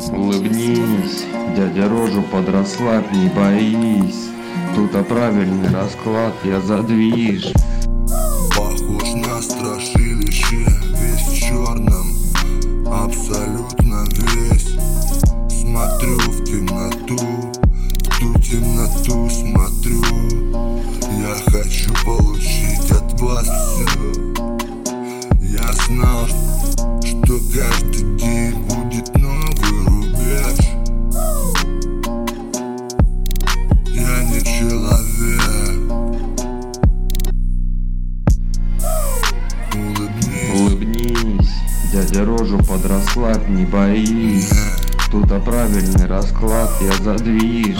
Улыбнись, дядя, рожу подросла, не боись. Тут правильный расклад, я задвиж. Похож на страшилище, весь в черном, абсолютно весь. Смотрю в темноту, в ту темноту смотрю. Я хочу получить от вас все. Я знал, что каждый день будет новый рубеж. Я не человек. Улыбнись, дядя, рожу подросла, не боись. Тут правильный расклад, я задвиж.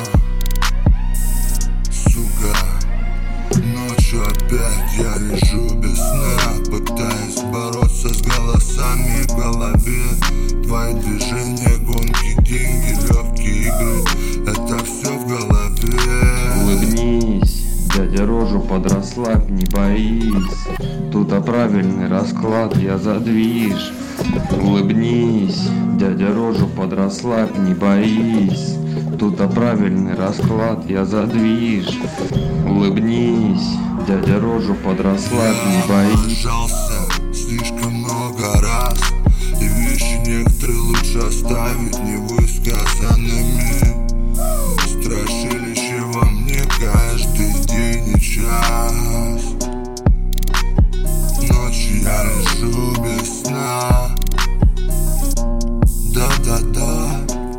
Сука, ночью опять я лежу без сна, пытаясь бороться с голосами в голове. Твои движения, гонки, деньги, легкие игры, это все в голове. Улыбнись, дядя, рожу подросла, не боись. Тут правильный расклад, я задвиж. Улыбнись, дядя, рожу подросла, не боись. Тут правильный расклад, я задвиж. Улыбнись, дядя, рожу подросла, не боись. Я слишком много раз, и вещи некоторые лучше оставить невысказанными. Страшно